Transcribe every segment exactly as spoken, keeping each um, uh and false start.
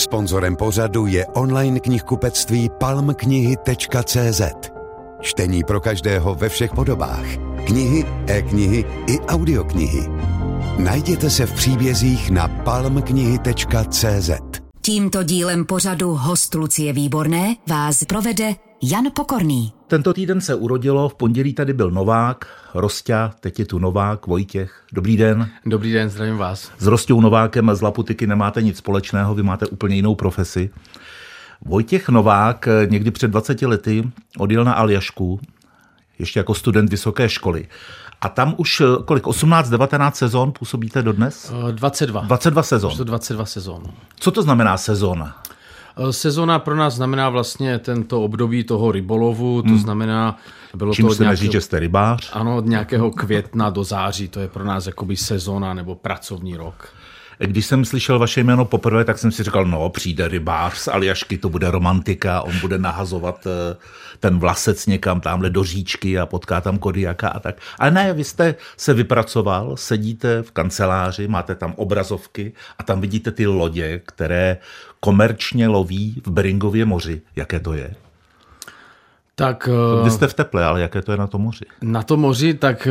Sponzorem pořadu je online knihkupectví palm knihy tečka cé zet. Čtení pro každého ve všech podobách. Knihy, e-knihy i audioknihy. Najděte se v příbězích na palm knihy tečka cé zet. Tímto dílem pořadu Host Lucie Výborné vás provede Jan Pokorný. Tento týden se urodilo, v pondělí tady byl Novák, Rosťa, teď je tu Novák, Vojtěch. Dobrý den. Dobrý den, zdravím vás. S Rostou Novákem a z Laputiky nemáte nic společného, vy máte úplně jinou profesi. Vojtěch Novák někdy před dvaceti lety odjel na Aljašku, ještě jako student vysoké školy. A tam už kolik, osmnáct devatenáct sezon působíte dodnes? dvacet dva. dvacet dva sezon. Už to dvacet dva sezon. Co to znamená sezóna? Sezona pro nás znamená vlastně tento období toho rybolovu, to hmm. znamená... Bylo Čím to se neříct, že jste rybář? Ano, od nějakého května do září, to je pro nás jakoby sezona nebo pracovní rok. Když jsem slyšel vaše jméno poprvé, tak jsem si říkal, no, přijde rybář z Aljašky, to bude romantika, on bude nahazovat ten vlasec někam tamhle do říčky a potká tam Kodiaka a tak. Ale ne, vy jste se vypracoval, sedíte v kanceláři, máte tam obrazovky a tam vidíte ty lodě, které komerčně loví v Beringově moři. Jaké to je? Tak... Vy jste v teple, ale jaké to je na tom moři? Na tom moři, tak...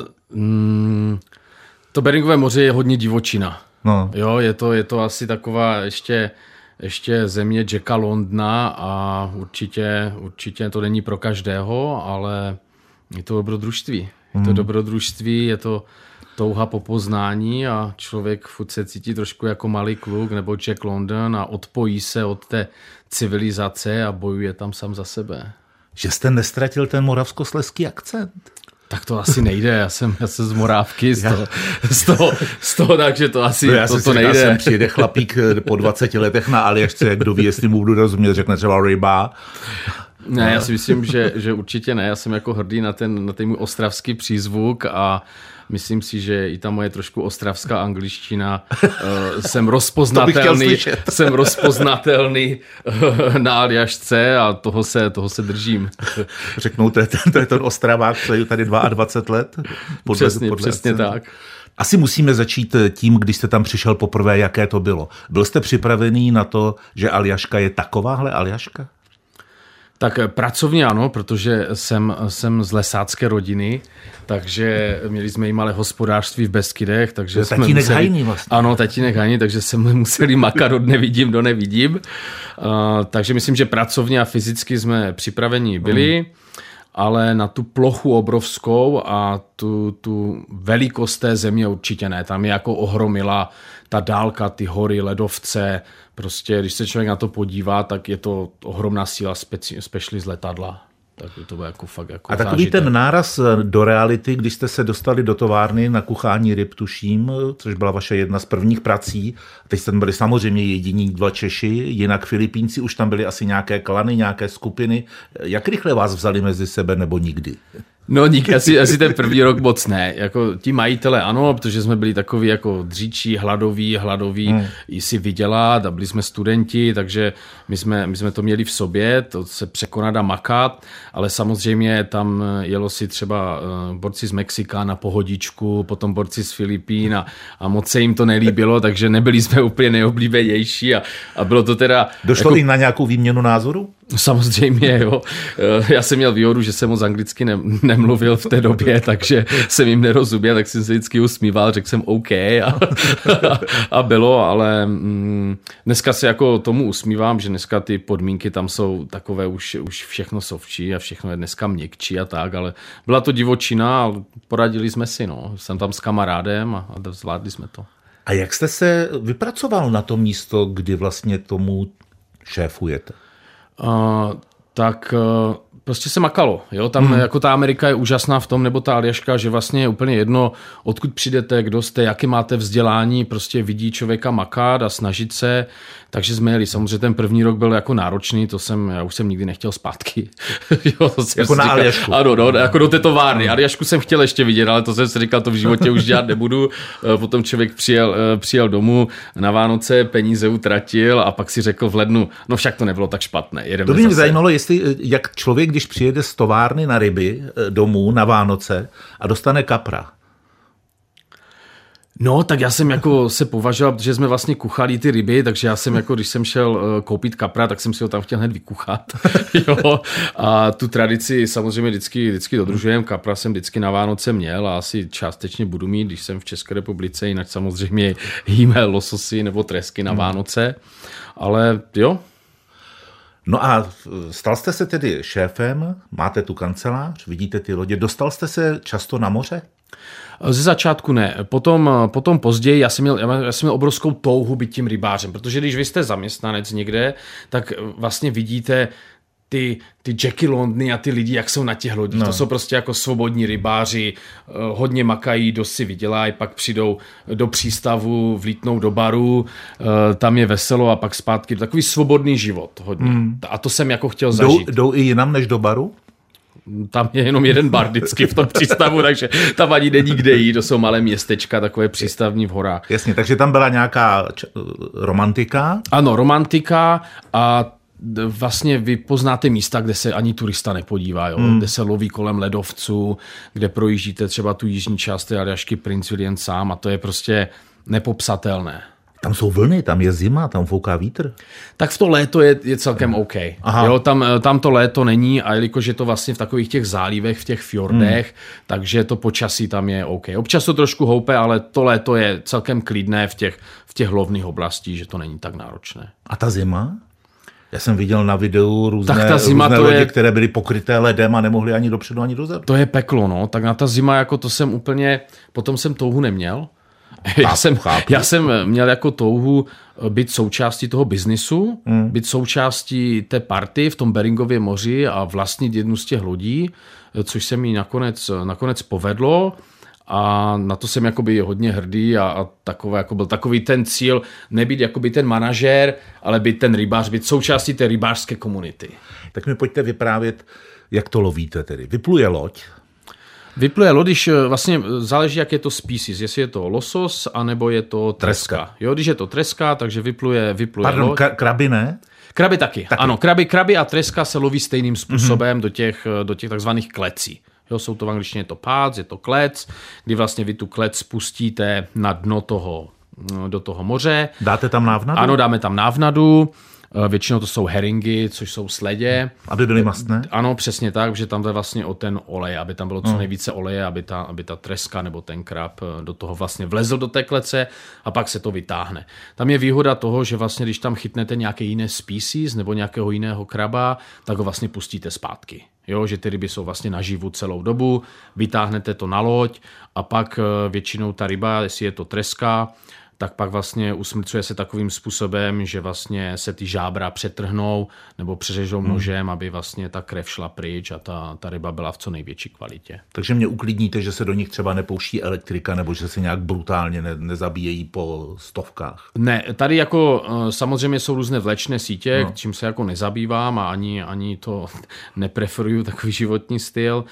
Mm, to Beringové moře je hodně divočina. No. Jo, je to, je to asi taková ještě, ještě země Jacka Londona a určitě, určitě to není pro každého, ale je to dobrodružství. Je to hmm. dobrodružství, je to touha po poznání a člověk furt se cítí trošku jako malý kluk nebo Jack London a odpojí se od té civilizace a bojuje tam sám za sebe. Že jste nestratil ten moravskoslezský akcent? Tak to asi nejde, já jsem, já jsem z Morávky, z toho, z toho, z toho takže to asi no já to, si to říkal, nejde. Jsem přijde chlapík po dvaceti letech na Aljašce, kdo ví, jestli mu budu rozumět, řekne třeba ryba. Ne, já si myslím, že, že určitě ne, já jsem jako hrdý na ten, na ten můj ostravský přízvuk a myslím si, že i ta moje trošku ostravská angličtina, uh, jsem rozpoznatelný, jsem rozpoznatelný uh, na Aljašce a toho se, toho se držím. Řeknou, to je ten, to je ten Ostravák, co je tady dvacet dva let? Podle, přesně, podle přesně tak. Asi musíme začít tím, když jste tam přišel poprvé, jaké to bylo. Byl jste připravený na to, že Aljaška je takováhle Aljaška? Tak pracovně ano, protože jsem, jsem z lesácké rodiny, takže měli jsme i malé hospodářství v Beskydech. Takže jsme tatínek museli, Hajný vlastně. Ano, tatínek Hajný, takže jsme museli makat od nevidím do nevidím. Uh, takže myslím, že pracovně a fyzicky jsme připraveni byli, mm. ale na tu plochu obrovskou a tu, tu velikost té země určitě ne. Tam je jako ohromila ta dálka, ty hory, ledovce. Prostě, když se člověk na to podívá, tak je to ohromná síla, speciálně z letadla. Tak to bude jako fakt jako a takový zážitek. Ten náraz do reality, když jste se dostali do továrny na kuchání ryb, tuším, což byla vaše jedna z prvních prací. Teď jste byli samozřejmě jediní dva Češi, jinak Filipínci, už tam byly asi nějaké klany, nějaké skupiny. Jak rychle vás vzali mezi sebe nebo nikdy? No nikdy, asi, asi ten první rok moc ne. Jako ti majitele ano, protože jsme byli takový jako dříčí, hladoví, hladoví hmm. i si vydělat a byli jsme studenti, takže my jsme, my jsme to měli v sobě, to se překonat a makat, ale samozřejmě tam jelo si třeba borci z Mexika na pohodičku, potom borci z Filipín a, a moc se jim to nelíbilo, takže nebyli jsme úplně nejoblíbenější a, a bylo to teda... Došlo jako... i na nějakou výměnu názoru? Samozřejmě, jo. Já jsem měl výhodu, že jsem moc anglicky ne, nemluvil v té době, takže jsem jim nerozuměl, tak jsem se vždycky usmíval, řekl jsem OK a, a, a bylo, ale mm, dneska se jako tomu usmívám, že dneska ty podmínky tam jsou takové, už, už všechno sovčí a všechno je dneska měkčí a tak, ale byla to divočina a poradili jsme si, no. Jsem tam s kamarádem a, a zvládli jsme to. A jak jste se vypracoval na to místo, kdy vlastně tomu šéfujete? Uh, tak uh, prostě se makalo. Jo? Tam hmm. jako ta Amerika je úžasná v tom, nebo ta Aljaška, že vlastně je úplně jedno, odkud přijdete, kdo jste, jaké máte vzdělání, prostě vidí člověka makat a snažit se. Takže jsme jeli. Samozřejmě ten první rok byl jako náročný, to jsem, já už jsem nikdy nechtěl zpátky. jo, to jsem jako na říkal, Aljašku. Ano, no, jako do té továrny. Aljašku jsem chtěl ještě vidět, ale to jsem si říkal, to v životě už dělat nebudu. Potom člověk přijel, přijel domů na Vánoce, peníze utratil a pak si řekl v lednu, no však to nebylo tak špatné. To by mě zajímalo, jestli, jak člověk, když přijede z továrny na ryby domů na Vánoce a dostane kapra. No, tak já jsem jako se považoval, že jsme vlastně kuchali ty ryby, takže já jsem jako, když jsem šel koupit kapra, tak jsem si ho tam chtěl hned vykuchat. Jo? A tu tradici samozřejmě vždycky, vždycky dodržujem. Kapra jsem vždycky na Vánoce měl a asi částečně budu mít, když jsem v České republice, jinak samozřejmě jíme lososy nebo tresky na Vánoce. Ale jo. No a stal jste se tedy šéfem, máte tu kancelář, vidíte ty lodě, dostal jste se často na moře? Ze začátku ne, potom, potom později já jsem, měl, já jsem měl obrovskou touhu být tím rybářem, protože když vy jste zaměstnanec někde, tak vlastně vidíte ty, ty Jacky Londony a ty lidi, jak jsou na těch lodích. No. To jsou prostě jako svobodní rybáři, hodně makají, dost si vydělají, pak přijdou do přístavu, vlítnou do baru, tam je veselo a pak zpátky. Takový svobodný život hodně. Hmm. A to jsem jako chtěl zažít. Jdou, jdou i jinam než do baru? Tam je jenom jeden bar vždycky v tom přístavu, takže tam ani není kde jít, to jsou malé městečka, takové přístavní v horách. Jasně, takže tam byla nějaká č- romantika? Ano, romantika a vlastně vy poznáte místa, kde se ani turista nepodívá, jo? Hmm. Kde se loví kolem ledovců, kde projíždíte třeba tu jižní část té Aljašky Prince William sám a to je prostě nepopsatelné. Tam jsou vlny, tam je zima, tam fouká vítr. Tak v to léto je, je celkem OK. Jo, tam, tam to léto není a jelikož je to vlastně v takových těch zálivech, v těch fjordech, hmm. takže to počasí tam je OK. Občas to trošku houpe, ale to léto je celkem klidné v těch, v těch hlavních oblastí, že to není tak náročné. A ta zima? Já jsem viděl na videu různé, tak ta zima různé to lodě, je... které byly pokryté ledem a nemohly ani dopředu, ani dozadu. To je peklo, no. Tak na ta zima jako to jsem úplně... Potom jsem touhu neměl. Já jsem, já jsem měl jako touhu být součástí toho biznisu, hmm. být součástí té party v tom Beringově moři a vlastnit jednu z těch lodí, což se mi nakonec, nakonec povedlo a na to jsem jakoby hodně hrdý a, a takové, jako byl takový ten cíl nebýt jakoby ten manažér, ale být ten rybář, být součástí té rybářské komunity. Tak mi pojďte vyprávět, jak to lovíte tedy. Vypluje loď. Vypluje loď, když vlastně záleží, jak je to species, jestli je to losos, anebo je to treska. treska. Jo, když je to treska, takže vypluje, vypluje Pardon, loď. Pardon, kraby ne? Kraby taky. taky. Ano, kraby, kraby a treska se loví stejným způsobem mm-hmm. do těch, do těch takzvaných klecí. Jo, jsou to v angličtině je to pád, je to klec, kdy vlastně vy tu klec spustíte na dno toho, do toho moře. Dáte tam návnadu? Ano, dáme tam návnadu. Většinou to jsou herringy, což jsou sledě. Aby byly mastné? Ano, přesně tak, že tam jde vlastně o ten olej, aby tam bylo co nejvíce oleje, aby ta, aby ta treska nebo ten krab do toho vlastně vlezl do té klece a pak se to vytáhne. Tam je výhoda toho, že vlastně když tam chytnete nějaké jiné species nebo nějakého jiného kraba, tak ho vlastně pustíte zpátky. Jo, že ty ryby jsou vlastně naživu celou dobu, vytáhnete to na loď a pak většinou ta ryba, jestli je to treska, tak pak vlastně usmrcuje se takovým způsobem, že vlastně se ty žábra přetrhnou nebo přeřežou nožem, hmm. aby vlastně ta krev šla pryč a ta, ta ryba byla v co největší kvalitě. Takže mě uklidníte, že se do nich třeba nepouští elektrika nebo že se nějak brutálně ne, nezabíjejí po stovkách? Ne, tady jako samozřejmě jsou různé vlečné sítě, no. čím se jako nezabývám a ani, ani to nepreferuju takový životní styl,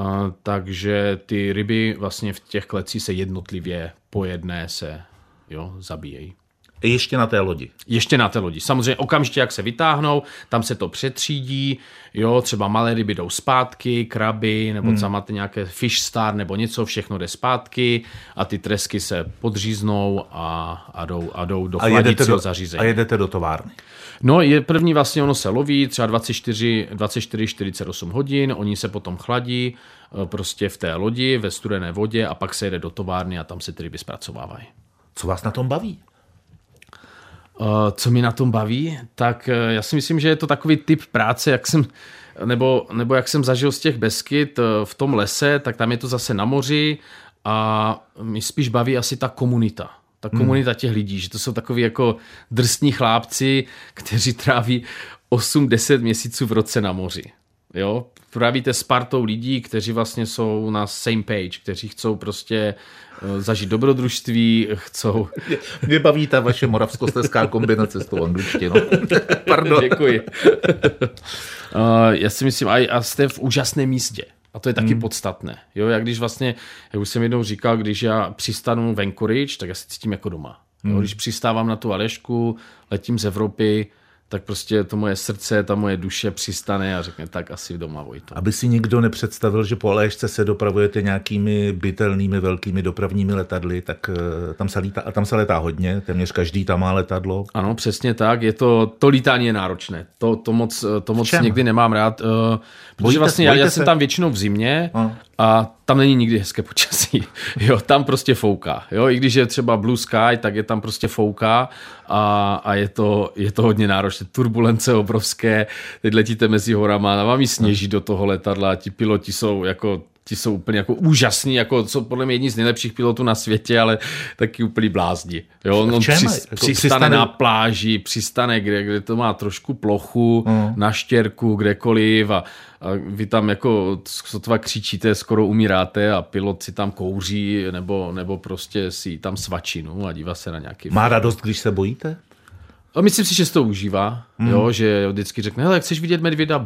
takže ty ryby vlastně v těch klecích se jednotlivě po jedné se jo, zabíjejí. Ještě na té lodi? Ještě na té lodi. Samozřejmě okamžitě, jak se vytáhnou, tam se to přetřídí, jo, třeba malé ryby jdou zpátky, kraby, nebo hmm. třeba máte nějaké fish star, nebo něco, všechno jde zpátky a ty tresky se podříznou a, a, jdou, a jdou do chladícího zařízení. A jedete do továrny? No, je první vlastně ono se loví, třeba dvacet čtyři čtyřicet osm hodin, oni se potom chladí prostě v té lodi, ve studené vodě a pak se jede do továrny a tam se ty ryby zpracovávají. Co vás na tom baví? Co mi na tom baví? Tak já si myslím, že je to takový typ práce, jak jsem, nebo, nebo jak jsem zažil z těch Beskyd v tom lese, tak tam je to zase na moři a mi spíš baví asi ta komunita. Ta komunita těch lidí, že to jsou takový jako drsní chlápci, kteří tráví osm deset měsíců v roce na moři. Jo? Trávíte s partou lidí, kteří vlastně jsou na same page, kteří chcou prostě zažít dobrodružství, chcou... Mě baví ta vaše moravskoslezská kombinace s tou angličtinou. Pardon. Děkuji. Já si myslím, a jste v úžasném místě. A to je taky hmm. podstatné. Jo, jak když vlastně, jak už jsem jednou říkal, když já přistanu v Anchorage, tak já se cítím jako doma. Hmm. Jo, když přistávám na tu Aljašku, letím z Evropy, tak prostě to moje srdce, ta moje duše přistane a řekne tak asi doma, Vojto. Aby si nikdo nepředstavil, že po Aljašce se dopravujete nějakými bytelnými velkými dopravními letadly, tak tam se, lítá, tam se letá hodně, téměř každý tam má letadlo. Ano, přesně tak, je to, to lítání je náročné, to, to moc, to moc někdy nemám rád, uh, protože bojíte, vlastně já, já jsem tam většinou v zimě a, a tam není nikdy hezké počasí, jo, tam prostě fouká, jo, i když je třeba blue sky, tak je tam prostě fouká a, a je, to, je to hodně náročné, turbulence obrovské, teď letíte mezi horama, a vám jí sněží do toho letadla, ti piloti jsou jako ti jsou úplně jako úžasní, jako jsou podle mě jedni z nejlepších pilotů na světě, ale taky úplný blázni. Jo, on při, jako přistane, přistane na pláži, přistane, kde, kde to má trošku plochu, mm. na štěrku, kdekoliv a, a vy tam jako sotva křičíte, skoro umíráte a pilot si tam kouří nebo, nebo prostě si tam svačí no, a dívá se na nějaký... Má radost, když se bojíte? A myslím si, že se to užívá, mm. jo, že vždycky řekne, hele, chceš vidět medvěda?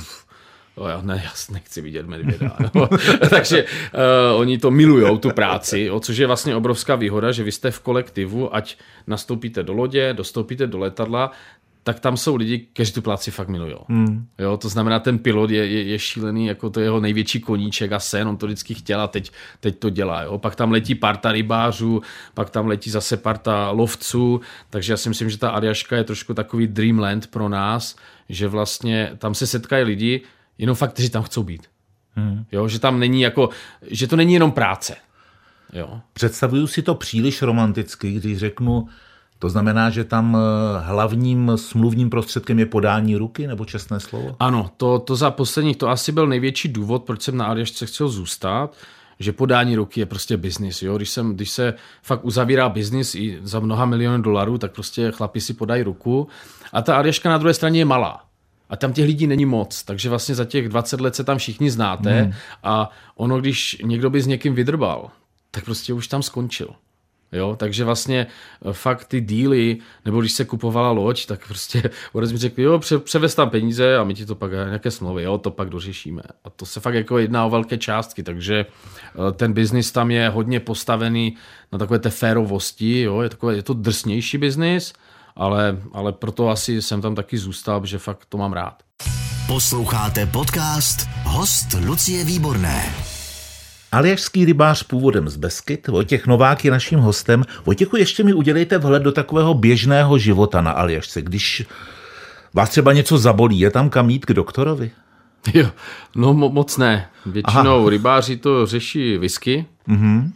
O, já, ne, já nechci vidět medvěda. No. Takže uh, oni to milujou, tu práci, jo, což je vlastně obrovská výhoda, že vy jste v kolektivu, ať nastoupíte do lodě, dostoupíte do letadla, tak tam jsou lidi, kteří tu práci fakt milujou. Hmm. Jo, to znamená, ten pilot je, je, je šílený, jako to je jeho největší koníček a sen, on to vždycky chtěl a teď, teď to dělá. Jo. Pak tam letí parta rybářů, pak tam letí zase parta lovců, takže já si myslím, že ta Aljaška je trošku takový dreamland pro nás, že vlastně tam se setkají lidi, jenom fakt, kteří tam chcou být. Hmm. Jo, že tam není jako, že to není jenom práce. Jo. Představuju si to příliš romanticky, když řeknu, to znamená, že tam hlavním smluvním prostředkem je podání ruky nebo čestné slovo? Ano, to, to za posledních, to asi byl největší důvod, proč jsem na Aljašce chtěl zůstat, že podání ruky je prostě biznis. Jo? Když, jsem, když se fakt uzavírá biznis i za mnoha milionů dolarů, tak prostě chlapi si podají ruku. A ta Aljaška na druhé straně je malá. A tam těch lidí není moc, takže vlastně za těch dvacet let se tam všichni znáte hmm. a ono, když někdo by s někým vydrbal, tak prostě už tam skončil. Jo, takže vlastně fakt ty díly, nebo když se kupovala loď, tak prostě Orec mi řekl, jo, pře- převez tam peníze a my ti to pak nějaké smlouvy, jo, to pak dořešíme. A to se fakt jako jedná o velké částky, takže ten biznis tam je hodně postavený na takové té férovosti, jo, je, takové, je to drsnější biznis, ale, ale proto asi jsem tam taky zůstal, že fakt to mám rád. Posloucháte podcast Host Lucie Výborné. Aljašský rybář původem z Beskyt, Vojtěch Novák je naším hostem. Vojtěchu, ještě mi udělejte vhled do takového běžného života na Aljašce. Když vás třeba něco zabolí, je tam kam jít k doktorovi? Jo, no mo- moc ne. Většinou Aha. rybáři to řeší whisky. Mm-hmm.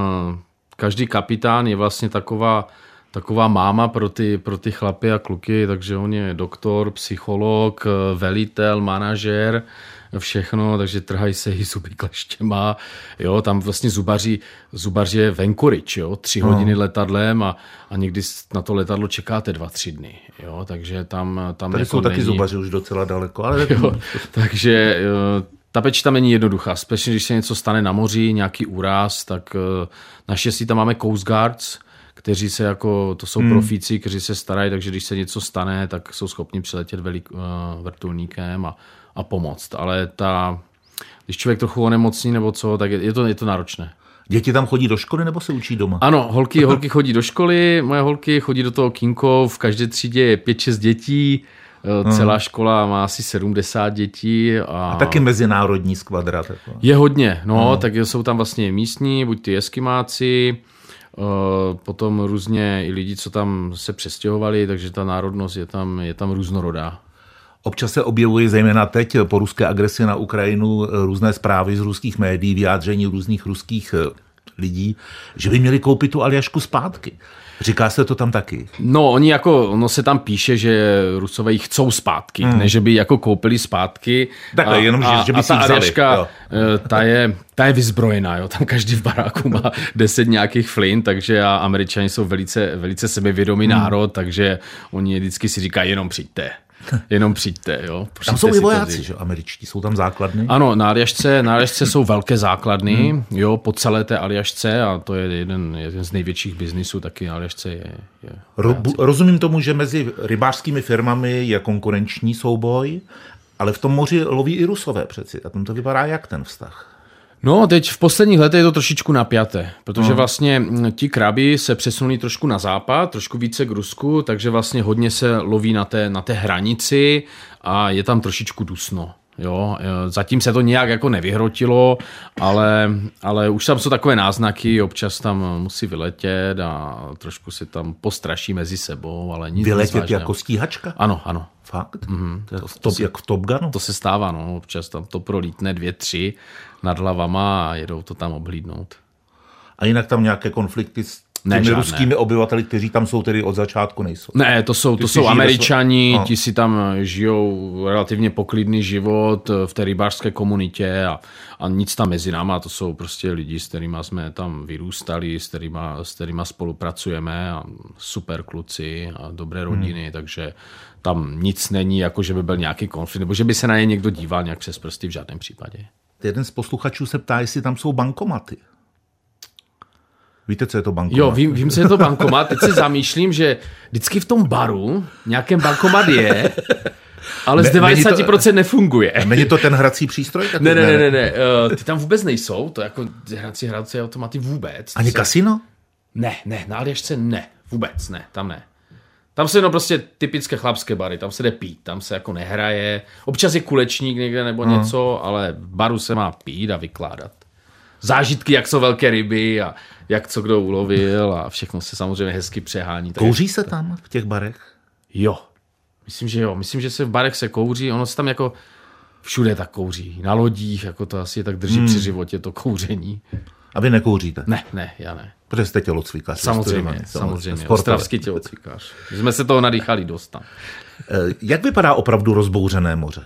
Každý kapitán je vlastně taková, taková máma pro ty, pro ty chlapy a kluky, takže on je doktor, psycholog, velitel, manažer, všechno, takže trhají se i zuby kleštěma, jo, tam vlastně zubaři, zubař je v Anchorage, jo, tři no. hodiny letadlem a, a někdy na to letadlo čekáte dva, tři dny, jo, takže tam, tam tady jako jsou není... taky zubaři už docela daleko, ale... Jo, takže ta péče tam není jednoduchá, especially když se něco stane na moři, nějaký úraz, tak naštěstí tam máme Coast Guards, kteří se jako, to jsou hmm. profíci, kteří se starají, takže když se něco stane, tak jsou schopni přiletět velik, uh, vrtulníkem a, a pomoct. Ale ta, když člověk trochu onemocní nebo co, tak je, je, to, je to náročné. Děti tam chodí do školy nebo se učí doma? Ano, holky, holky chodí do školy, moje holky chodí do toho Kinko, v každé třídě je pět šest dětí, hmm. celá škola má asi sedmdesát dětí. A, a taky mezinárodní skvadra. Taková. Je hodně, no, hmm. tak jsou tam vlastně místní, buď ty eskimáci, potom různě i lidi, co tam se přestěhovali, takže ta národnost je tam, je tam různorodá. Občas se objevují zejména teď po ruské agresi na Ukrajinu různé zprávy z ruských médií, vyjádření různých ruských lidí, že by měli koupit tu Aljašku zpátky. Říká se to tam taky? No, oni jako, ono se tam píše, že Rusové ji chcou zpátky, hmm. ne, že by jako koupili zpátky. Takhle, a, jenom, a, že by a si ta vzali. Aljaška, ta je, ta je vyzbrojená, jo, tam každý v baráku má deset nějakých flint, takže a Američani jsou velice, velice sebevědomý hmm. národ, takže oni vždycky si říkají, jenom přijďte. Jenom přijďte, jo. Tam jsou i vojáci, že američtí, jsou tam základny? Ano, na Aljašce, na Aljašce jsou velké základny, hmm. jo, po celé té Aljašce a to je jeden, jeden z největších biznisů, taky na Aljašce je. je Ro, rozumím tomu, že mezi rybářskými firmami je konkurenční souboj, ale v tom moři loví i Rusové přeci. A tam to vypadá jak ten vztah? No, teď v posledních letech je to trošičku napjaté, protože vlastně ti krabi se přesunuli trošku na západ, trošku více k Rusku, takže vlastně hodně se loví na té, na té hranici a je tam trošičku dusno. Jo, zatím se to nějak jako nevyhrotilo, ale, ale už tam jsou takové náznaky, občas tam musí vyletět a trošku si tam postraší mezi sebou, ale nic. Vyletět jako stíhačka? Ano, ano. Fakt? Mm-hmm. To, to, to, jak v Top Gunu? To se stává, no, občas tam to prolítne dvě, tři nad hlavama a jedou to tam oblídnout. A jinak tam nějaké konflikty s těmi ne, ruskými obyvateli, kteří tam jsou tedy od začátku, nejsou? Ne, to jsou, to jsou Američani, no. Ti si tam žijou relativně poklidný život v té rybářské komunitě a, a nic tam mezi náma, to jsou prostě lidi, s kterými jsme tam vyrůstali, s kterými, s kterými spolupracujeme a super kluci a dobré rodiny, hmm. takže tam nic není, jako že by byl nějaký konflikt, nebo že by se na ně někdo díval nějak přes prsty, v žádném případě. Jeden z posluchačů se ptá, jestli tam jsou bankomaty. Víte, co je to bankomat? Jo, vím, vím, co je to bankomat. Teď se zamýšlím, že vždycky v tom baru nějakém bankomat je, ale z devadesát procent to, nefunguje. Není to ten hrací přístroj? Ne, ne, ne, ne, ne. Uh, ty tam vůbec nejsou, to jako hrací hrací automaty vůbec. Ani se... kasino? Ne, ne, na Aljašce ne, vůbec ne, tam ne. Tam se jenom prostě typické chlapské bary, tam se jde pít, tam se jako nehraje. Občas je kulečník někde nebo hmm. něco, ale v baru se má pít a vykládat. Zážitky, jak jsou velké ryby a jak co kdo ulovil a všechno se samozřejmě hezky přehání. Kouří se tam v těch barech? Jo, myslím, že jo. Myslím, že se v barech se kouří, ono se tam jako všude tak kouří. Na lodích, jako to asi tak drží hmm. při životě to kouření. A vy nekouříte? Ne, ne, já ne. Protože jste tělocvikář. Samozřejmě, samozřejmě. Ostravský tělocvikář. My jsme se toho nadýchali dost tam. Jak vypadá opravdu rozbouřené moře?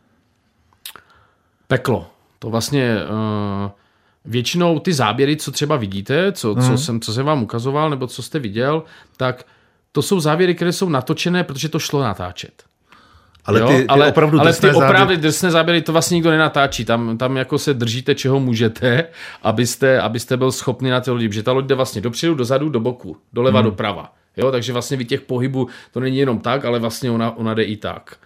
Peklo. To vlastně... Uh, Většinou ty záběry, co třeba vidíte, co, co, hmm. jsem, co jsem vám ukazoval, nebo co jste viděl, tak to jsou záběry, které jsou natočené, protože to šlo natáčet. Ale ty, ty ale, opravdu ale ty opravdu záběry... drsné záběry, to vlastně nikdo nenatáčí. Tam, tam jako se držíte, čeho můžete, abyste, abyste byl schopný na ty lodi. Protože ta loď jde vlastně dopředu, dozadu, do boku, doleva, hmm. doprava. Jo? Takže vlastně vy těch pohybů, to není jenom tak, ale vlastně ona, ona jde i tak.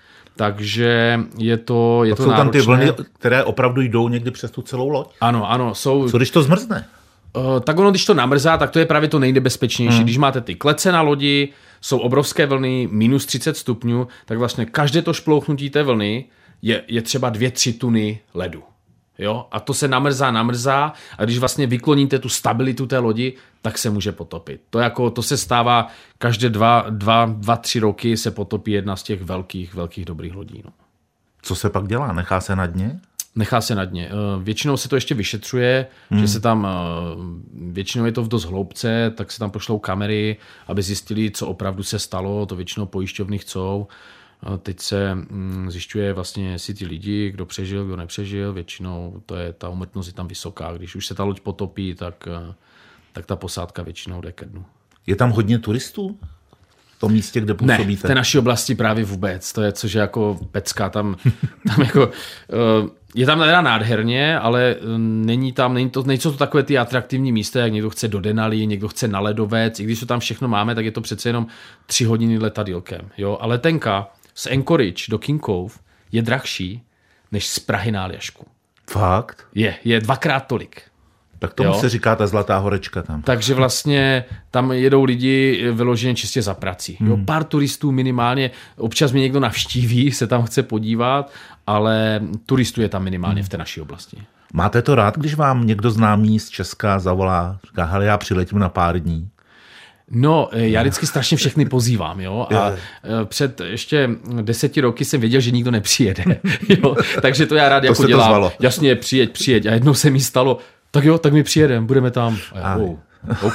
Takže je to, je to jsou náročné. Tam ty vlny, které opravdu jdou někdy přes tu celou loď? Ano, ano. Jsou... Co když to zmrzne? Uh, tak ono, když to namrzá, tak to je právě to nejnebezpečnější. Hmm. Když máte ty klece na lodi, jsou obrovské vlny, minus třicet stupňů, tak vlastně každé to šplouchnutí té vlny je, je třeba dvě, tři tuny ledu. Jo? A to se namrzá, namrzá a když vlastně vykloníte tu stabilitu té lodi, tak se může potopit. To, jako, to se stává každé dva, dva, dva, tři roky se potopí jedna z těch velkých, velkých dobrých lodí. No. Co se pak dělá? Nechá se na dně? Nechá se na dně. Většinou se to ještě vyšetřuje, hmm. že se tam, většinou je to v dost hloubce, tak se tam pošlou kamery, aby zjistili, co opravdu se stalo, to většinou pojišťovny chcou. Teď se zjišťuje vlastně, jestli ty lidi, kdo přežil, kdo nepřežil, většinou to je, ta úmrtnost je tam vysoká. Když už se ta loď potopí, tak, tak ta posádka většinou jde ke dnu. Je tam hodně turistů? V tom místě, kde působíte? Ne, v té naší oblasti právě vůbec. To je, což je jako pecka. Tam, tam jako, je tam teda nádherně, ale není tam, není to, nejsou to takové ty atraktivní místa, jak někdo chce do Denali, někdo chce na ledovec. I když to tam všechno máme, tak je to přece jenom tři hodiny letadýlkem. Jo? A letenka z Anchorage do King Cove je drahší než z Prahy na Aljašku. Fakt? Je, je dvakrát tolik. Tak tomu jo? se říká ta zlatá horečka tam. Takže vlastně tam jedou lidi vyloženě čistě za prací. Hmm. Jo, pár turistů minimálně, občas mě někdo navštíví, se tam chce podívat, ale turistů je tam minimálně hmm. v té naší oblasti. Máte to rád, když vám někdo známý z Česka zavolá, říká, hele, já přiletím na pár dní? No, já vždycky strašně všechny pozývám, jo, a před ještě deseti roky jsem věděl, že nikdo nepřijede, jo, takže to já rád to jako dělám. Jasně, přijeď, přijeď a jednou se mi stalo, tak jo, tak my přijedeme, budeme tam. A wow. OK.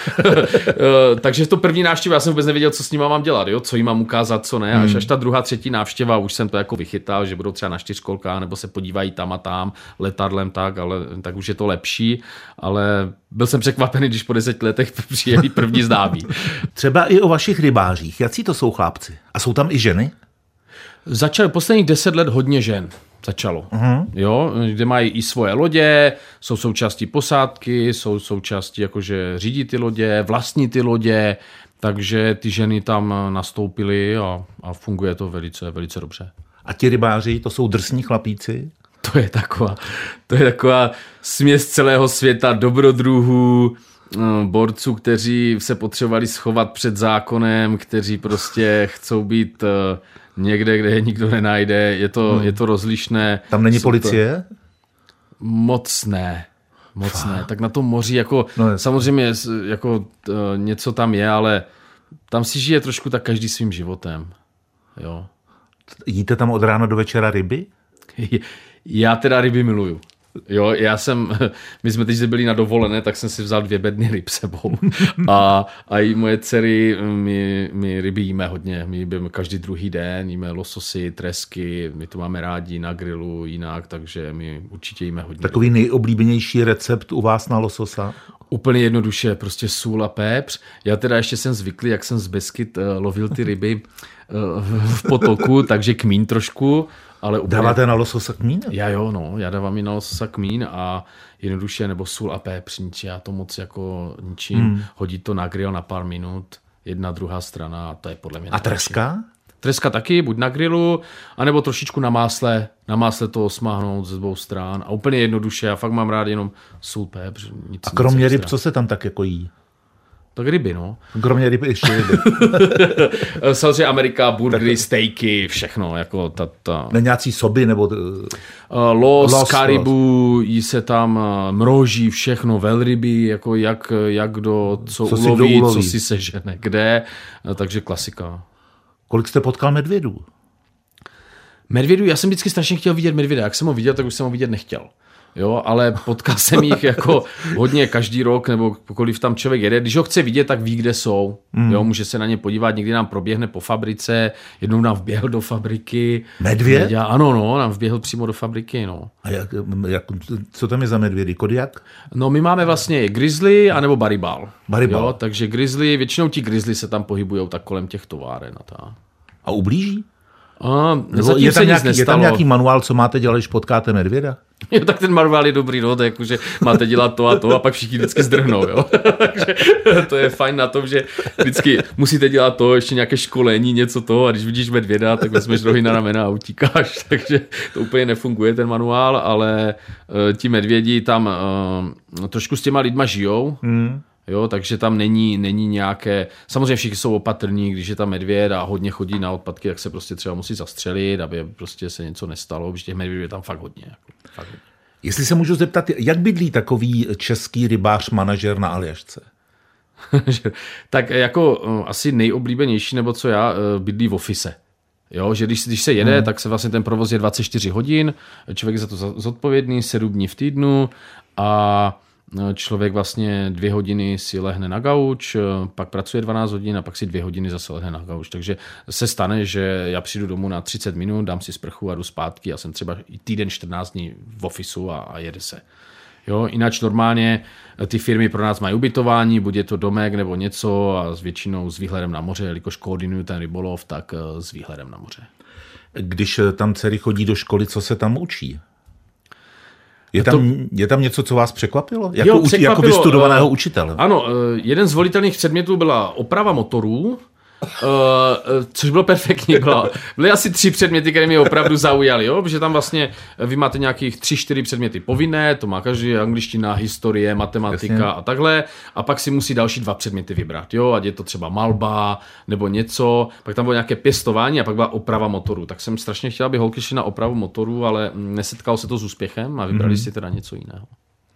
Takže to první návštěva, já jsem vůbec nevěděl, co s nima mám dělat, jo? Co jim mám ukázat, co ne. Až, hmm. až ta druhá, třetí návštěva, už jsem to jako vychytal, že budou třeba na čtyřkolkách, nebo se podívají tam a tam, letadlem tak, ale tak už je to lepší. Ale byl jsem překvapený, když po deseti letech přijeli první známí. Třeba i o vašich rybářích. Jací to jsou chlapci? A jsou tam i ženy? Začali posledních deset let hodně žen. Začalo. Uh-huh. Jo, kde mají i svoje lodě, jsou součástí posádky, jsou součástí jakože řídí ty lodě, vlastní ty lodě, takže ty ženy tam nastoupily a, a funguje to velice, velice dobře. A ti rybáři, to jsou drsní chlapíci? to je taková, to je taková směs celého světa, dobrodruhů, borců, kteří se potřebovali schovat před zákonem, kteří prostě chcou být někde, kde je nikdo nenajde. Je to, hmm. je to rozlišné. Tam není policie? To... Moc ne. Moc Fá. ne. Tak na tom moři jako no samozřejmě jako to, něco tam je, ale tam si žije trošku tak každý svým životem. Jo. Jíte tam od rána do večera ryby? Já teda ryby miluju. Jo, já jsem, my jsme teď byli na dovolené, tak jsem si vzal dvě bedny ryb sebou a, a i moje dcery, my, my ryby jíme hodně, my jíme každý druhý den, jíme lososy, tresky, my to máme rádi na grilu jinak, takže my určitě jíme hodně. Takový nejoblíbenější recept u vás na lososa? Úplně jednoduše, prostě sůl a pepř. Já teda ještě jsem zvyklý, jak jsem z Beskyt uh, lovil ty ryby uh, v potoku, takže kmín trošku. Ale úplně... Dáváte na lososa kmín? Já jo, no, já dávám i na lososa kmín a jednoduše, nebo sůl a pepř, já to moc jako ničím. Hmm. Hodit to na grill na pár minut, jedna, druhá strana, a to je podle mě... A treska? Treska taky, buď na grilu, anebo trošičku na másle, na másle to smáhnout ze dvou stran a úplně jednoduše, já fakt mám rád jenom sůl, pepř, nic. A kromě ryb, co se tam tak jako jí? Tak ryby, no. Kromě ryby ještě ryby. Samozřejmě Amerika, burgery, steaky, všechno. Jako ta, ta... Neňácí soby nebo... Uh, los, los, karibu, jí se tam mroží, všechno, velryby, jako jak, jak kdo co, co uloví, si uloví, co si sežene, kde. Takže klasika. Kolik jste potkal medvědů? Medvědů, já jsem vždycky strašně chtěl vidět medvěda. Jak jsem ho viděl, tak už jsem ho vidět nechtěl. Jo, ale potkal jsem jich jako hodně každý rok, nebo pokoliv tam člověk jede. Když ho chce vidět, tak ví, kde jsou. Mm. Jo, může se na ně podívat, někdy nám proběhne po fabrice, jednou nám vběhl do fabriky. Medvěd? Medvěd, ano, no, nám vběhl přímo do fabriky, no. A jak, jak, co tam je za medvědy? Kodiak? No, my máme vlastně grizzly anebo baribal. Baribal. Jo, takže grizzly, většinou ti grizzly se tam pohybujou tak kolem těch továren. A, ta. a ublíží? A, je, tam nějaký, je tam nějaký manuál, co máte dělat, když potkáte medvěda? Jo, tak ten manuál je dobrý, no, tak jakože máte dělat to a to a pak všichni vždycky zdrhnou, jo. Takže to je fajn na tom, že vždycky musíte dělat to, ještě nějaké školení, něco toho a když vidíš medvěda, tak vezmeš rohy na ramena a utíkáš, takže to úplně nefunguje ten manuál, ale uh, ti medvědi tam uh, trošku s těma lidma žijou, hmm. Jo, takže tam není, není nějaké... Samozřejmě všichni jsou opatrní, když je tam medvěd a hodně chodí na odpadky, tak se prostě třeba musí zastřelit, aby prostě se něco nestalo, protože těch medvědů je tam fakt hodně. Jako, fakt hodně. Jestli se můžu zeptat, jak bydlí takový český rybář, manažer na Aljašce? Tak jako asi nejoblíbenější, nebo co já, bydlí v office. Jo, že když, když se jede, hmm. tak se vlastně ten provoz je dvacet čtyři hodin, člověk je za to zodpovědný, sedm dní v týdnu a člověk vlastně dvě hodiny si lehne na gauč, pak pracuje dvanáct hodin a pak si dvě hodiny zase lehne na gauč. Takže se stane, že já přijdu domů na třicet minut, dám si sprchu a jdu zpátky. Já jsem třeba týden čtrnáct dní v ofisu a, a jede se. Jo, jinak normálně ty firmy pro nás mají ubytování, buď je to domek nebo něco a s většinou s výhledem na moře, jelikož koordinuju ten rybolov, tak s výhledem na moře. Když tam dcery chodí do školy, co se tam učí? Je tam, to... je tam něco, co vás překvapilo? Jako, jo, překvapilo jako vystudovaného uh, učitele. Ano, uh, jeden z volitelných předmětů byla oprava motorů, uh, což bylo perfektní. Bylo. Byly asi tři předměty, které mě opravdu zaujaly, jo? Protože tam vlastně vy máte nějakých tři, čtyři předměty povinné, to má každý, angličtina, historie, matematika Jasně. a takhle. A pak si musí další dva předměty vybrat, jo? Ať je to třeba malba nebo něco. Pak tam bylo nějaké pěstování a pak byla oprava motorů. Tak jsem strašně chtěl, aby holky šly na opravu motorů, ale nesetkalo se to s úspěchem a vybrali mm-hmm. si teda něco jiného.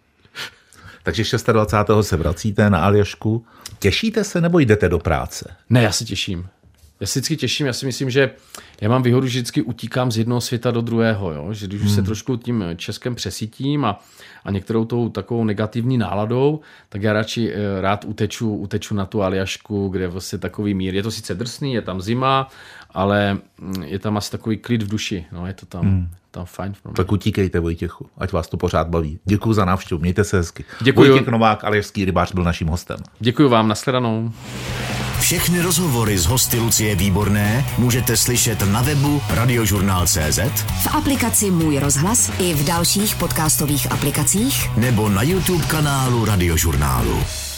Takže dvacátého šestého se vracíte na Aljašku. Těšíte se nebo jdete do práce? Ne, já se těším. Já se vždycky těším, já si myslím, že já mám výhodu, že vždycky utíkám z jednoho světa do druhého, jo? Že když hmm. se trošku tím Českem přesítím a, a některou tou takovou negativní náladou, tak já radši rád uteču, uteču na tu Aljašku, kde je vlastně takový mír. Je to sice drsný, je tam zima, ale je tam asi takový klid v duši, no, je to tam, hmm. tam fajn. Tak utíkejte, Vojtěchu, ať vás to pořád baví. Děkuji za návštěvu, mějte se hezky. Děkuji. Vojtěch Novák, aljašský rybář, byl naším hostem. Děkuji vám, nashledanou. Všechny rozhovory s hosty Lucie Výborné můžete slyšet na webu radiožurnál tečka cé zet, v aplikaci Můj rozhlas i v dalších podcastových aplikacích nebo na YouTube kanálu Radiožurnálu.